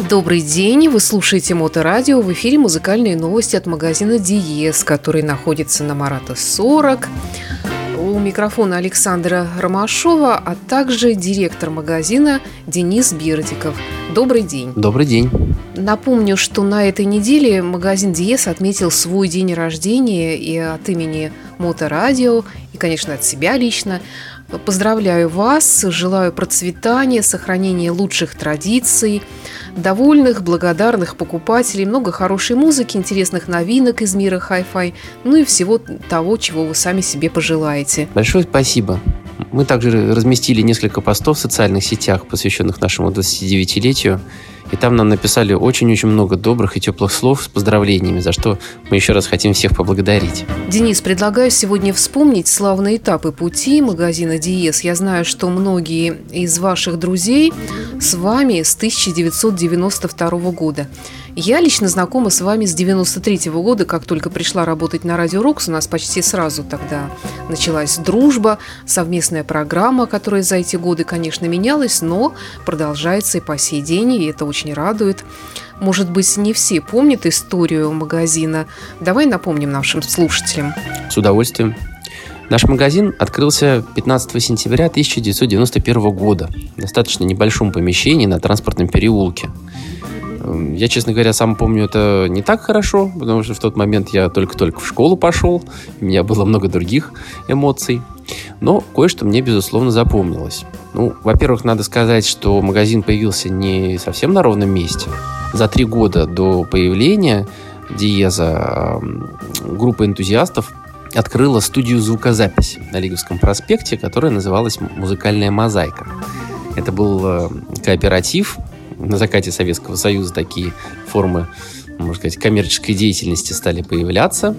Добрый день, вы слушаете Моторадио, в эфире музыкальные новости от магазина Диез, который находится на Марата 40. У микрофона Александра Ромашова, а также директор магазина Денис Бердиков. Добрый день. Добрый день. Напомню, что на этой неделе магазин Диез отметил свой день рождения, и от имени Моторадио, и, конечно, от себя лично поздравляю вас, желаю процветания, сохранения лучших традиций, довольных, благодарных покупателей, много хорошей музыки, интересных новинок из мира хай-фай, ну и всего того, чего вы сами себе пожелаете. Большое спасибо. Мы также разместили несколько постов в социальных сетях, посвященных нашему 29-летию. И там нам написали очень-очень много добрых и теплых слов с поздравлениями, за что мы еще раз хотим всех поблагодарить. Денис, предлагаю сегодня вспомнить славные этапы пути магазина Диез. Я знаю, что многие из ваших друзей с вами с 1992 года. Я лично знакома с вами с 93 года, как только пришла работать на Радио Рокс. У нас почти сразу тогда началась дружба, совместная программа, которая за эти годы, конечно, менялась, но продолжается и по сей день, и это очень радует. Может быть, не все помнят историю магазина. Давай напомним нашим слушателям. С удовольствием. Наш магазин открылся 15 сентября 1991 года в достаточно небольшом помещении на Транспортном переулке. Я, честно говоря, сам помню это не так хорошо, потому что в тот момент я только-только в школу пошел, у меня было много других эмоций, но кое-что мне, безусловно, запомнилось. Во-первых, надо сказать, что магазин появился не совсем на ровном месте. За 3 года до появления Диеза группа энтузиастов открыла студию звукозаписи на Лиговском проспекте, которая называлась «Музыкальная мозаика». Это был кооператив. На закате Советского Союза такие формы, можно сказать, коммерческой деятельности стали появляться.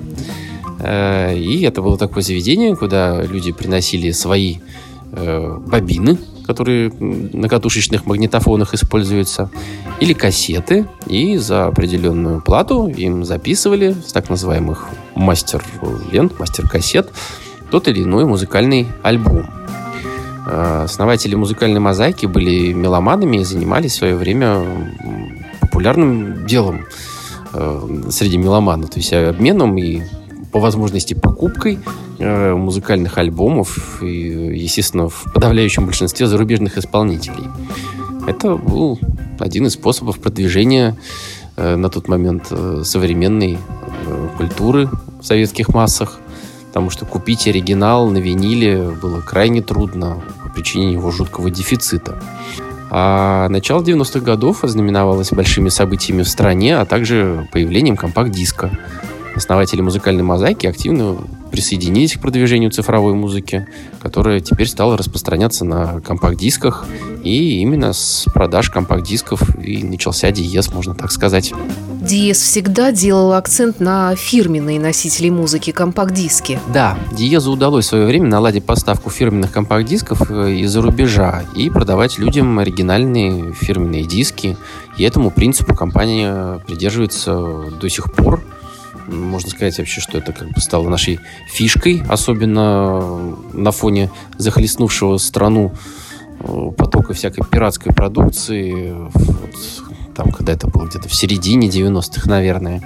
И это было такое заведение, куда люди приносили свои бобины, которые на катушечных магнитофонах используются, или кассеты, и за определенную плату им записывали с так называемых мастер-лент, мастер-кассет тот или иной музыкальный альбом. Основатели музыкальной мозаики были меломанами и занимались в свое время популярным делом среди меломанов, то есть обменом и по возможности покупкой музыкальных альбомов и, естественно, в подавляющем большинстве зарубежных исполнителей. Это был один из способов продвижения на тот момент современной культуры в советских массах, потому что купить оригинал на виниле было крайне трудно по причине его жуткого дефицита. А начало 90-х годов ознаменовалось большими событиями в стране, а также появлением компакт-диска. Основатели музыкальной мозаики активно присоединились к продвижению цифровой музыки, которая теперь стала распространяться на компакт-дисках. И именно с продаж компакт-дисков и начался Диез, можно так сказать. Диез всегда делал акцент на фирменные носители музыки, компакт-диски. Да, Диезу удалось в свое время наладить поставку фирменных компакт-дисков из-за рубежа и продавать людям оригинальные фирменные диски. И этому принципу компания придерживается до сих пор. Можно сказать вообще, что это как бы стало нашей фишкой, особенно на фоне захлестнувшего страну потока всякой пиратской продукции. Там, когда это было где-то в середине 90-х, наверное.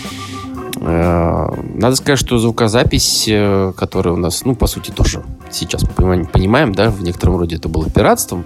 Надо сказать, что звукозапись, которая у нас, по сути, тоже сейчас мы понимаем, да, в некотором роде это было пиратством.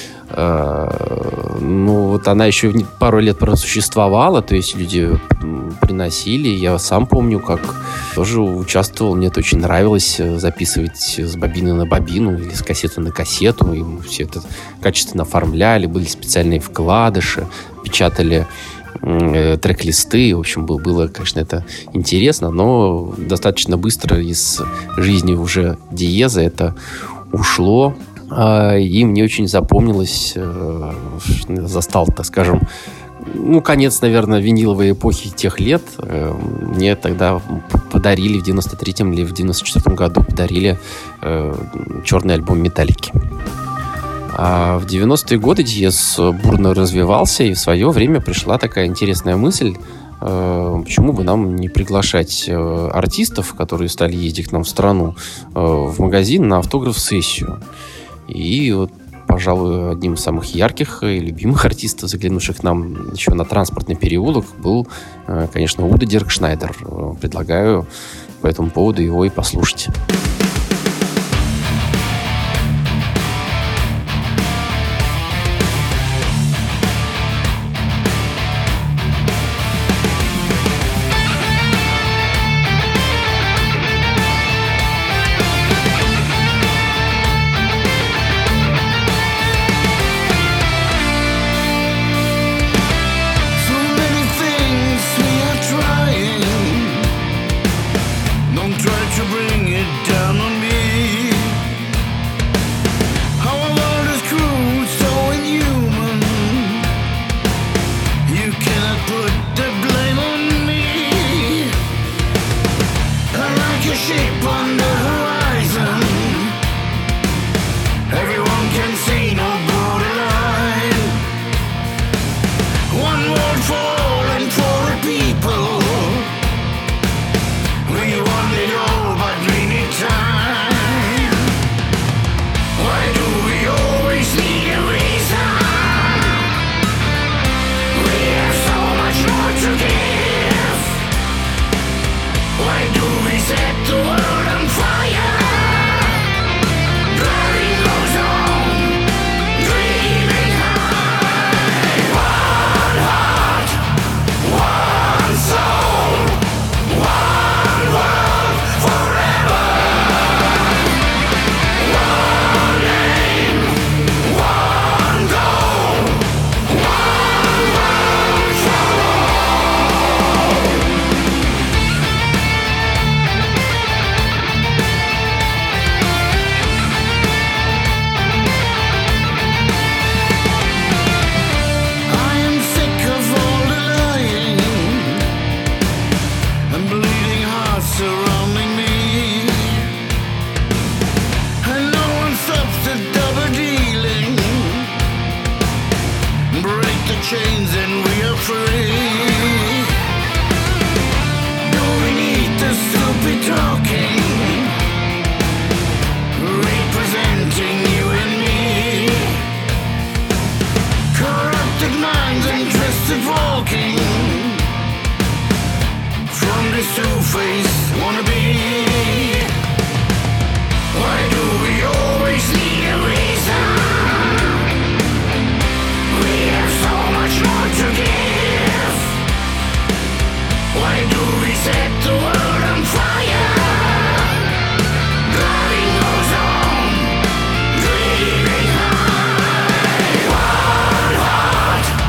Она еще пару лет просуществовала, то есть люди приносили. Я сам помню, как тоже участвовал. Мне это очень нравилось записывать с бобины на бобину или с кассеты на кассету. И мы все это качественно оформляли. Были специальные вкладыши, печатали трек-листы. В общем, было, конечно, это интересно, но достаточно быстро из жизни уже Диеза это ушло. И мне очень запомнилось, застал, так скажем, конец, наверное, виниловой эпохи тех лет. Мне тогда подарили в 93-м или в 94-м году подарили черный альбом «Металлики». А в 90-е годы Диез бурно развивался, и в свое время пришла такая интересная мысль, почему бы нам не приглашать артистов, которые стали ездить к нам в страну, в магазин на автограф-сессию. И вот пожалуй, одним из самых ярких и любимых артистов, заглянувших к нам еще на Транспортный переулок, был, конечно, Уда Диркшнайдер. Предлагаю по этому поводу его и послушать.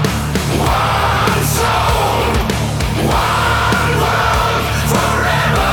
Forever.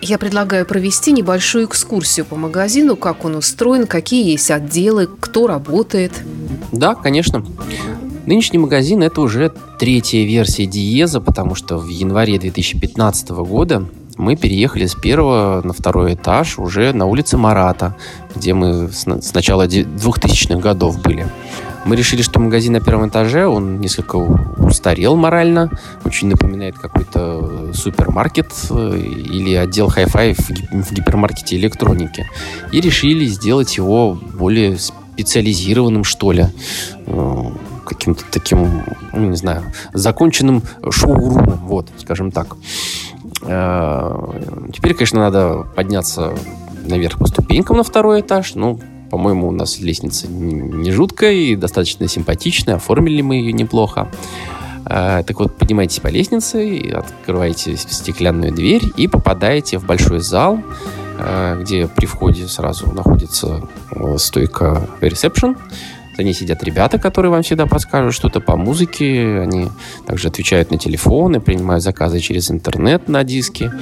Я предлагаю провести небольшую экскурсию по магазину, как он устроен, какие есть отделы, кто работает. Да, конечно. Нынешний магазин – это уже третья версия Диеза, потому что в январе 2015 года мы переехали с первого на второй этаж уже на улице Марата, где мы с начала 2000-х годов были. Мы решили, что магазин на первом этаже, он несколько устарел морально, очень напоминает какой-то супермаркет или отдел хай-фай в гипермаркете электроники. И решили сделать его более специализированным, что ли, каким-то таким, не знаю, законченным шоурумом, вот, скажем так. Теперь, конечно, надо подняться наверх по ступенькам на второй этаж. По-моему, у нас лестница не жуткая и достаточно симпатичная. Оформили мы ее неплохо. Так вот, поднимаетесь по лестнице, открываете стеклянную дверь и попадаете в большой зал, где при входе сразу находится стойка ресепшн. За ней сидят ребята, которые вам всегда подскажут что-то по музыке. Они также отвечают на телефоны, принимают заказы через интернет на диски.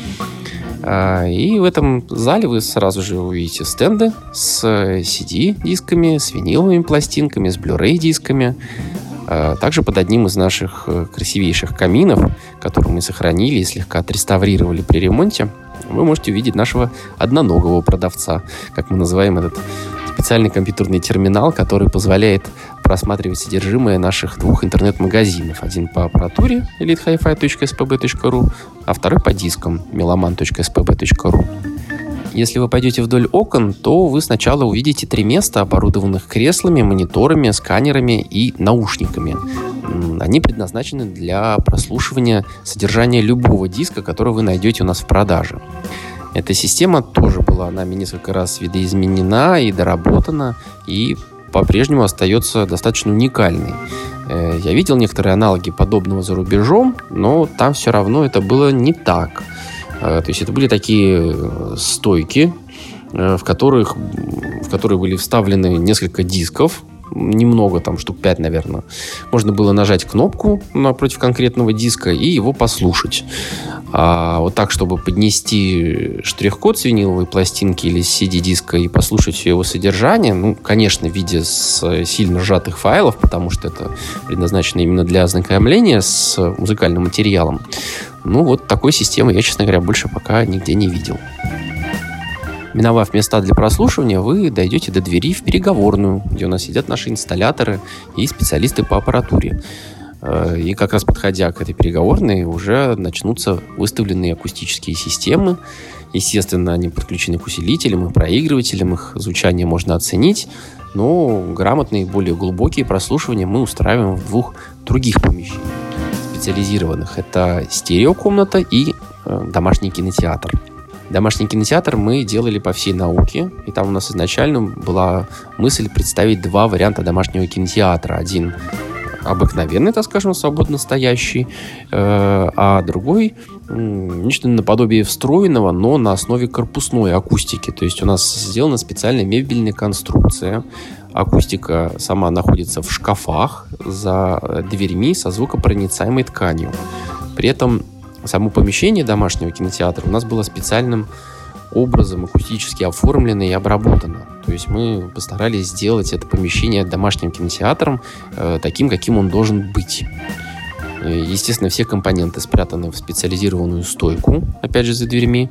И в этом зале вы сразу же увидите стенды с CD-дисками, с виниловыми пластинками, с Blu-ray дисками. Также под одним из наших красивейших каминов, который мы сохранили и слегка отреставрировали при ремонте, вы можете увидеть нашего одноногого продавца, как мы называем этот специальный компьютерный терминал, который позволяет просматривать содержимое наших двух интернет-магазинов. Один по аппаратуре elitehifi.spb.ru, а второй по дискам meloman.spb.ru. Если вы пойдете вдоль окон, то вы сначала увидите 3 места, оборудованных креслами, мониторами, сканерами и наушниками. Они предназначены для прослушивания содержания любого диска, который вы найдете у нас в продаже. Эта система тоже была нами несколько раз видоизменена и доработана, и по-прежнему остается достаточно уникальной. Я видел некоторые аналоги подобного за рубежом, но там все равно это было не так. То есть это были такие стойки, в которые были вставлены несколько дисков, немного, там штук 5, наверное. Можно было нажать кнопку напротив конкретного диска и его послушать. А вот так, чтобы поднести штрих-код с виниловой пластинки или с CD-диска и послушать все его содержание, конечно, в виде сильно сжатых файлов, потому что это предназначено именно для ознакомления с музыкальным материалом. Вот такой системы я, честно говоря, больше пока нигде не видел. Миновав места для прослушивания, вы дойдете до двери в переговорную, где у нас сидят наши инсталляторы и специалисты по аппаратуре. И как раз подходя к этой переговорной, уже начнутся выставленные акустические системы. Естественно, они подключены к усилителям и проигрывателям, их звучание можно оценить, но грамотные, более глубокие прослушивания мы устраиваем в 2 других помещениях специализированных. Это стереокомната и домашний кинотеатр. Домашний кинотеатр мы делали по всей науке, и там у нас изначально была мысль представить 2 варианта домашнего кинотеатра. Один обыкновенный, так скажем, свободно стоящий, а другой нечто наподобие встроенного, но на основе корпусной акустики. То есть у нас сделана специальная мебельная конструкция. Акустика сама находится в шкафах за дверьми со звукопроницаемой тканью. При этом само помещение домашнего кинотеатра у нас было специальным образом акустически оформлено и обработано. То есть мы постарались сделать это помещение домашним кинотеатром таким, каким он должен быть. Естественно, все компоненты спрятаны в специализированную стойку, опять же, за дверьми.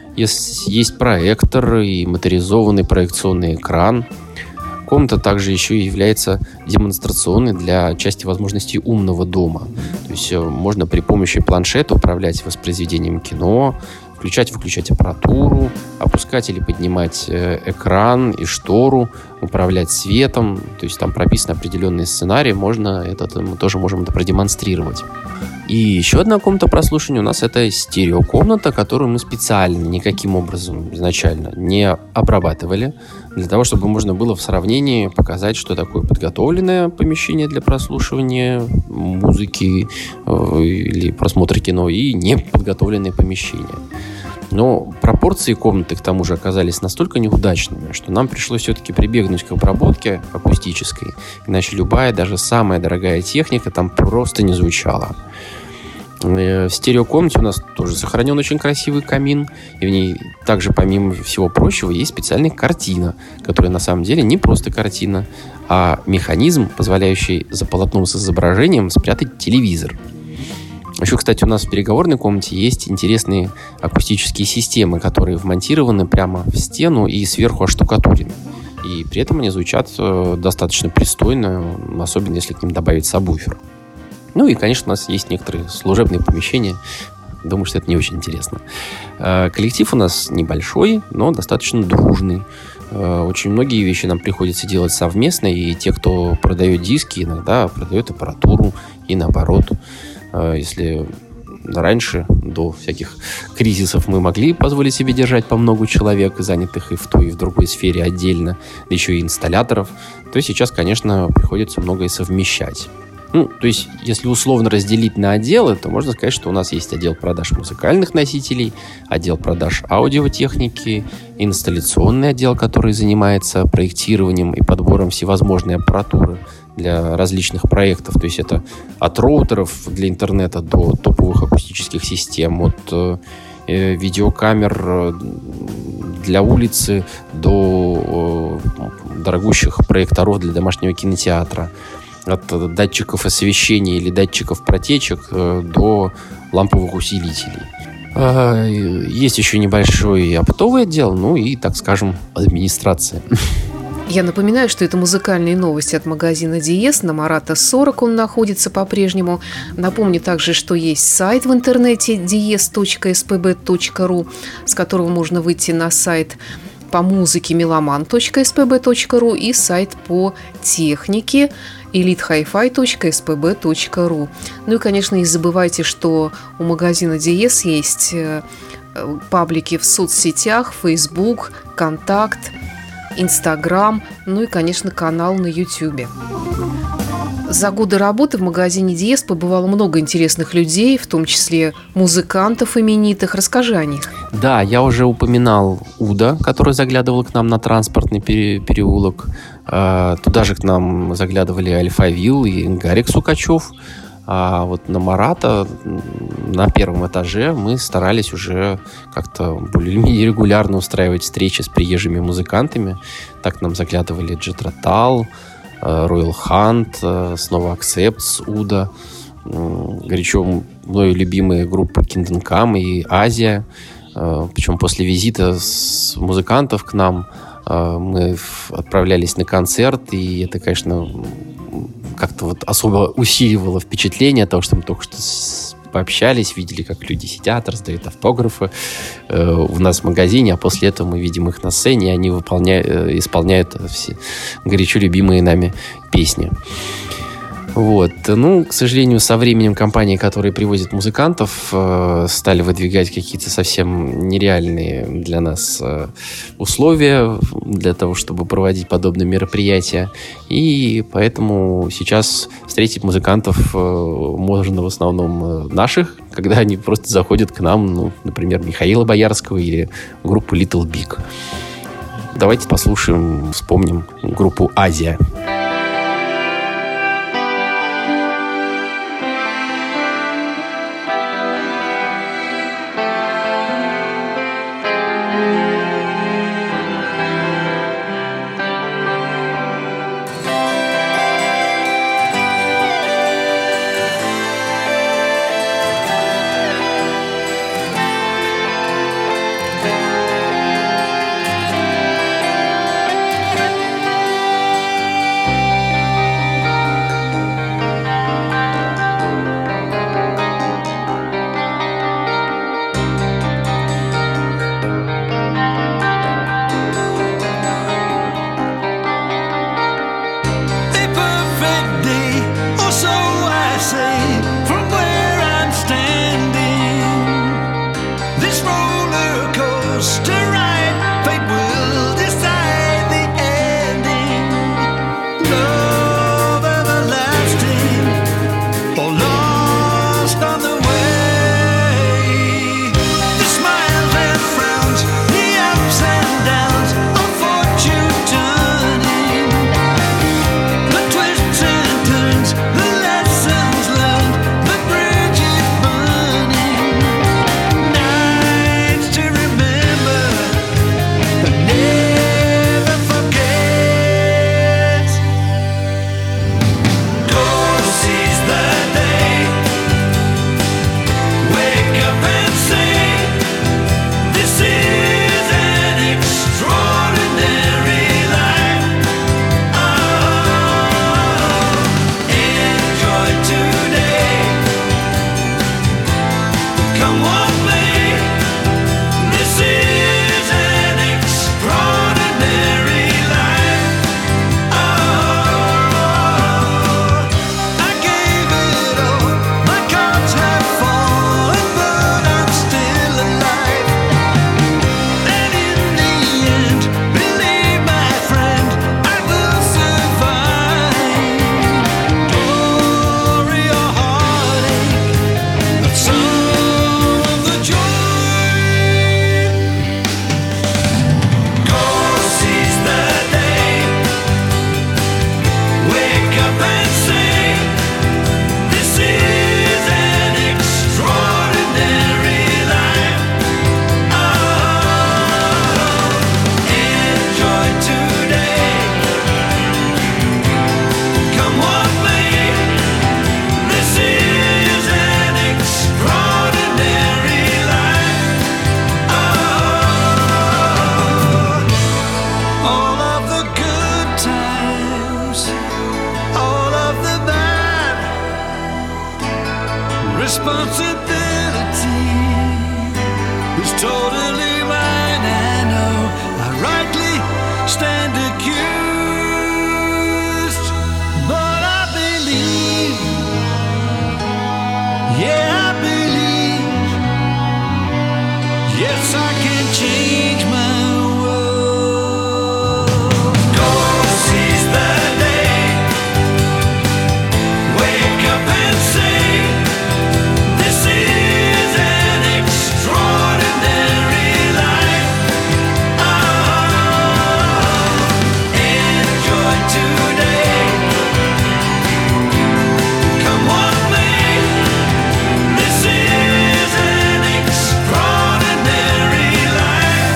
Есть проектор и моторизованный проекционный экран. Комната также еще и является демонстрационной для части возможностей умного дома. То есть можно при помощи планшета управлять воспроизведением кино, включать-выключать аппаратуру, опускать или поднимать экран и штору, управлять светом. То есть там прописан определенный сценарий, мы тоже можем это продемонстрировать. И еще одна комната прослушивания у нас — это стереокомната, которую мы специально никаким образом изначально не обрабатывали, для того, чтобы можно было в сравнении показать, что такое подготовленное помещение для прослушивания музыки или просмотра кино и неподготовленное помещение. Но пропорции комнаты, к тому же, оказались настолько неудачными, что нам пришлось все-таки прибегнуть к обработке акустической, иначе любая, даже самая дорогая техника там просто не звучала. В стереокомнате у нас тоже сохранен очень красивый камин. И в ней также, помимо всего прочего, есть специальная картина, которая на самом деле не просто картина, а механизм, позволяющий за полотном с изображением спрятать телевизор. Еще, кстати, у нас в переговорной комнате есть интересные акустические системы, которые вмонтированы прямо в стену и сверху оштукатурены. И при этом они звучат достаточно пристойно, особенно если к ним добавить сабвуфер. Ну и, конечно, у нас есть некоторые служебные помещения. Думаю, что это не очень интересно. Коллектив у нас небольшой, но достаточно дружный. Очень многие вещи нам приходится делать совместно, и те, кто продает диски, иногда продает аппаратуру, и наоборот. Если раньше, до всяких кризисов, мы могли позволить себе держать по много человек, занятых и в той, и в другой сфере отдельно, да еще и инсталляторов, то сейчас, конечно, приходится многое совмещать. То есть, если условно разделить на отделы, то можно сказать, что у нас есть отдел продаж музыкальных носителей, отдел продаж аудиотехники, инсталляционный отдел, который занимается проектированием и подбором всевозможной аппаратуры для различных проектов. То есть, это от роутеров для интернета до топовых акустических систем, от видеокамер для улицы до дорогущих проекторов для домашнего кинотеатра. От датчиков освещения или датчиков протечек до ламповых усилителей. Есть еще небольшой оптовый отдел, и, так скажем, администрация. Я напоминаю, что это музыкальные новости от магазина Диез. На Марата 40 он находится по-прежнему. Напомню также, что есть сайт в интернете diez.spb.ru, с которого можно выйти на сайт по музыке meloman.spb.ru и сайт по технике elitehifi.spb.ru. И, конечно, не забывайте, что у магазина Диез есть паблики в соцсетях, Facebook, Контакт, Инстаграм, и, конечно, канал на Ютьюбе. За годы работы в магазине Диез побывало много интересных людей, в том числе музыкантов именитых. Расскажи о них. Да, я уже упоминал Уда, который заглядывал к нам на транспортный переулок. Туда же к нам заглядывали Альфавил и Гарик Сукачев. А вот на Марата, на первом этаже, мы старались уже как-то более-менее регулярно устраивать встречи с приезжими музыкантами. Так к нам заглядывали Джетротал, Royal Hunt, снова Accept, Уда, горячо мною любимые группы Kingdom Come и Азия. Причем после визита с музыкантов к нам мы отправлялись на концерт, и это, конечно, как-то особо усиливало впечатление того, что мы только что пообщались, видели, как люди сидят, раздают автографы у нас в магазине, а после этого мы видим их на сцене, и они исполняют все горячо любимые нами песни. К сожалению, со временем компании, которые привозят музыкантов, стали выдвигать какие-то совсем нереальные для нас условия для того, чтобы проводить подобные мероприятия. И поэтому сейчас встретить музыкантов можно в основном наших, когда они просто заходят к нам, например, Михаила Боярского или группу Little Big. Давайте послушаем, вспомним группу «Азия». responsibility was totally mine. I know I rightly stand accused, but I believe, yeah, I believe, yes, I can change my world. Gone sees the day, wake up and say, this is an extraordinary life. Enjoy today, come what may. This is an extraordinary life.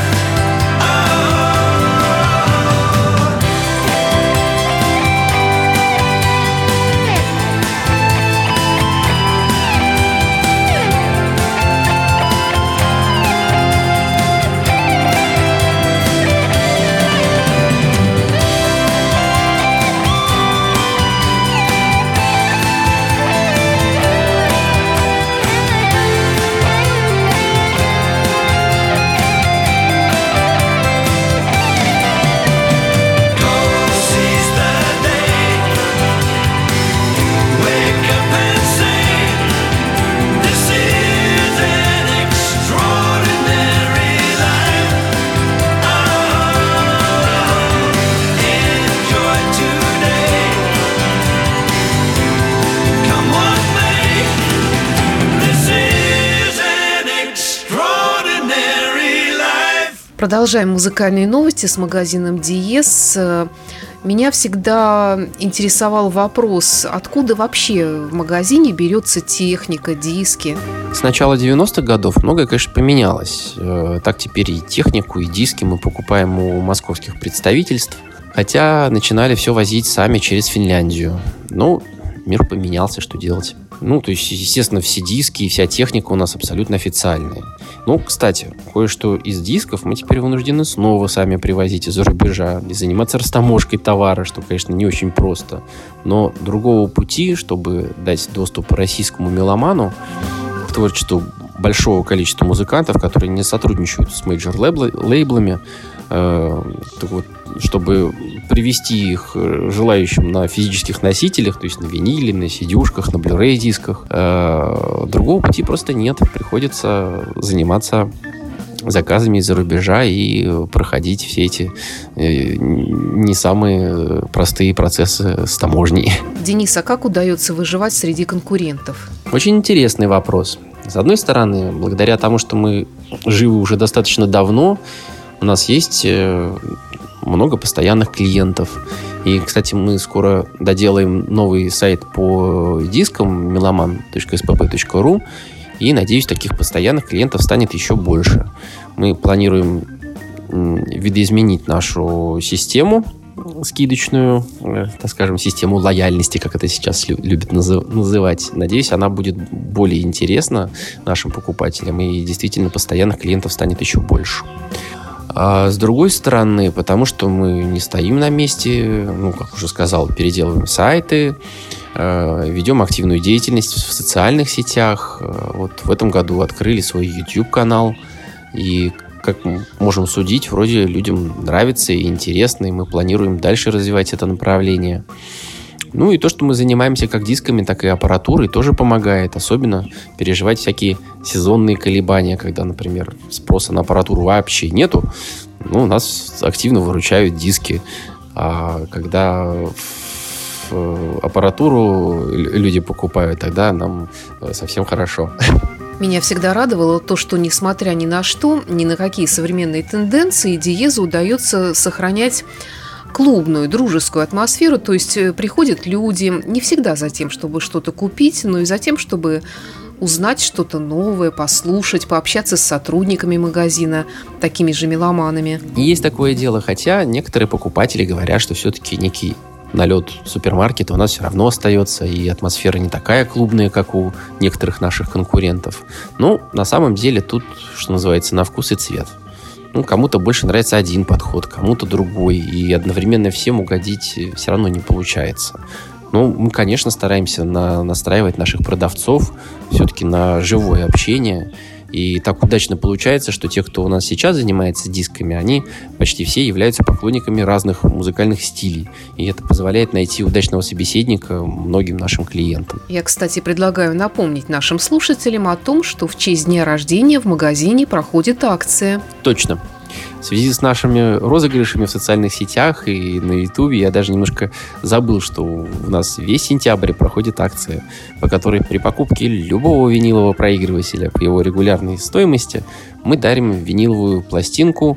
Продолжаем музыкальные новости с магазином Диез. Меня всегда интересовал вопрос, откуда вообще в магазине берется техника, диски? С начала 90-х годов многое, конечно, поменялось. Так теперь и технику, и диски мы покупаем у московских представительств. Хотя начинали все возить сами через Финляндию. Ну, мир поменялся, что делать? Ну, то есть, естественно, все диски и вся техника у нас абсолютно официальные. Ну, кстати, кое-что из дисков мы теперь вынуждены снова сами привозить из-за рубежа и заниматься растаможкой товара, что, конечно, не очень просто. Но другого пути, чтобы дать доступ российскому меломану к творчеству большого количества музыкантов, которые не сотрудничают с мейджор-лейблами, так вот, чтобы привести их желающим на физических носителях, то есть на виниле, на CD-шках, на Blu-ray дисках. Другого пути просто нет. Приходится заниматься заказами из-за рубежа и проходить все эти не самые простые процессы с таможней. Денис, а как удается выживать среди конкурентов? Очень интересный вопрос. С одной стороны, благодаря тому, что мы живы уже достаточно давно, у нас есть много постоянных клиентов. И, кстати, мы скоро доделаем новый сайт по дискам meloman.spp.ru. И, надеюсь, таких постоянных клиентов станет еще больше. Мы планируем видоизменить нашу систему скидочную, так скажем, систему лояльности, как это сейчас любят называть. Надеюсь, она будет более интересна нашим покупателям. И действительно, постоянных клиентов станет еще больше. А с другой стороны, потому что мы не стоим на месте, ну, как уже сказал, переделываем сайты, ведем активную деятельность в социальных сетях. Вот в этом году открыли свой YouTube-канал. И, как мы можем судить, вроде людям нравится и интересно, и мы планируем дальше развивать это направление. Ну и то, что мы занимаемся как дисками, так и аппаратурой, тоже помогает. Особенно переживать всякие сезонные колебания, когда, например, спроса на аппаратуру вообще нету. Ну, нас активно выручают диски. А когда аппаратуру люди покупают, тогда нам совсем хорошо. Меня всегда радовало то, что, несмотря ни на что, ни на какие современные тенденции, Диезу удается сохранять клубную, дружескую атмосферу, то есть приходят люди не всегда за тем, чтобы что-то купить, но и за тем, чтобы узнать что-то новое, послушать, пообщаться с сотрудниками магазина, такими же меломанами. Есть такое дело, хотя некоторые покупатели говорят, что все-таки некий налет супермаркета у нас все равно остается, и атмосфера не такая клубная, как у некоторых наших конкурентов. Ну, на самом деле тут, что называется, на вкус и цвет. Ну, кому-то больше нравится один подход, кому-то другой, и одновременно всем угодить все равно не получается. Ну, мы, конечно, стараемся настраивать наших продавцов все-таки на живое общение. И так удачно получается, что те, кто у нас сейчас занимается дисками, они почти все являются поклонниками разных музыкальных стилей. И это позволяет найти удачного собеседника многим нашим клиентам. Я, кстати, предлагаю напомнить нашим слушателям о том, что в честь дня рождения в магазине проходит акция. Точно. В связи с нашими розыгрышами в социальных сетях и на Ютубе я даже немножко забыл, что у нас весь сентябрь проходит акция, по которой при покупке любого винилового проигрывателя по его регулярной стоимости мы дарим виниловую пластинку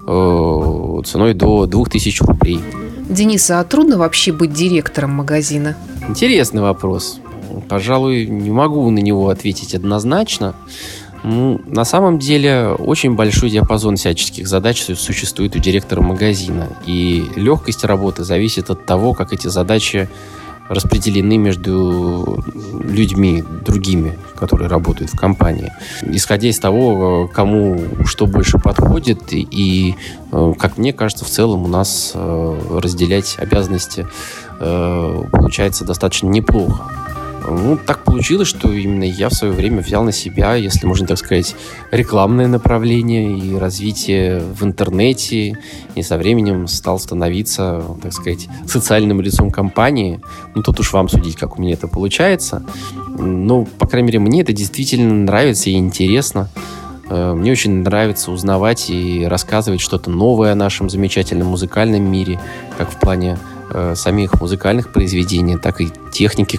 ценой до 2000 рублей. Денис, а трудно вообще быть директором магазина? Интересный вопрос. Пожалуй, не могу на него ответить однозначно. На самом деле очень большой диапазон всяческих задач существует у директора магазина. И легкость работы зависит от того, как эти задачи распределены между людьми другими, которые работают в компании. Исходя из того, кому что больше подходит, и как мне кажется, в целом у нас разделять обязанности получается достаточно неплохо. Так получилось, что именно я в свое время взял на себя, если можно так сказать, рекламное направление и развитие в интернете, и со временем стал становиться, так сказать, социальным лицом компании. Тут уж вам судить, как у меня это получается. Но, по крайней мере, мне это действительно нравится и интересно. Мне очень нравится узнавать и рассказывать что-то новое о нашем замечательном музыкальном мире, как в плане самих музыкальных произведений, так и техники,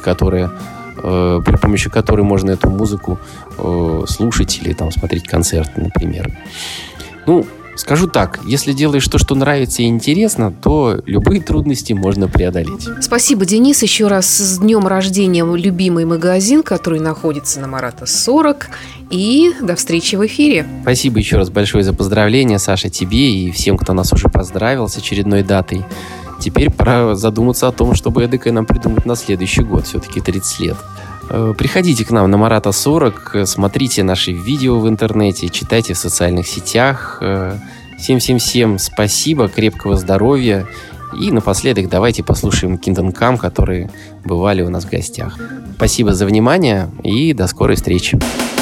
при помощи которой можно эту музыку слушать или смотреть концерты, например. Скажу так, если делаешь то, что нравится и интересно, то любые трудности можно преодолеть. Спасибо, Денис. Еще раз с днем рождения, любимый магазин, который находится на Марата 40. И до встречи в эфире. Спасибо еще раз большое за поздравления, Саша, тебе и всем, кто нас уже поздравил с очередной датой. Теперь пора задуматься о том, чтобы эдакое нам придумать на следующий год, все-таки 30 лет. Приходите к нам на Марата 40, смотрите наши видео в интернете, читайте в социальных сетях. Всем спасибо, крепкого здоровья. И напоследок давайте послушаем Kingdom Come, которые бывали у нас в гостях. Спасибо за внимание и до скорой встречи.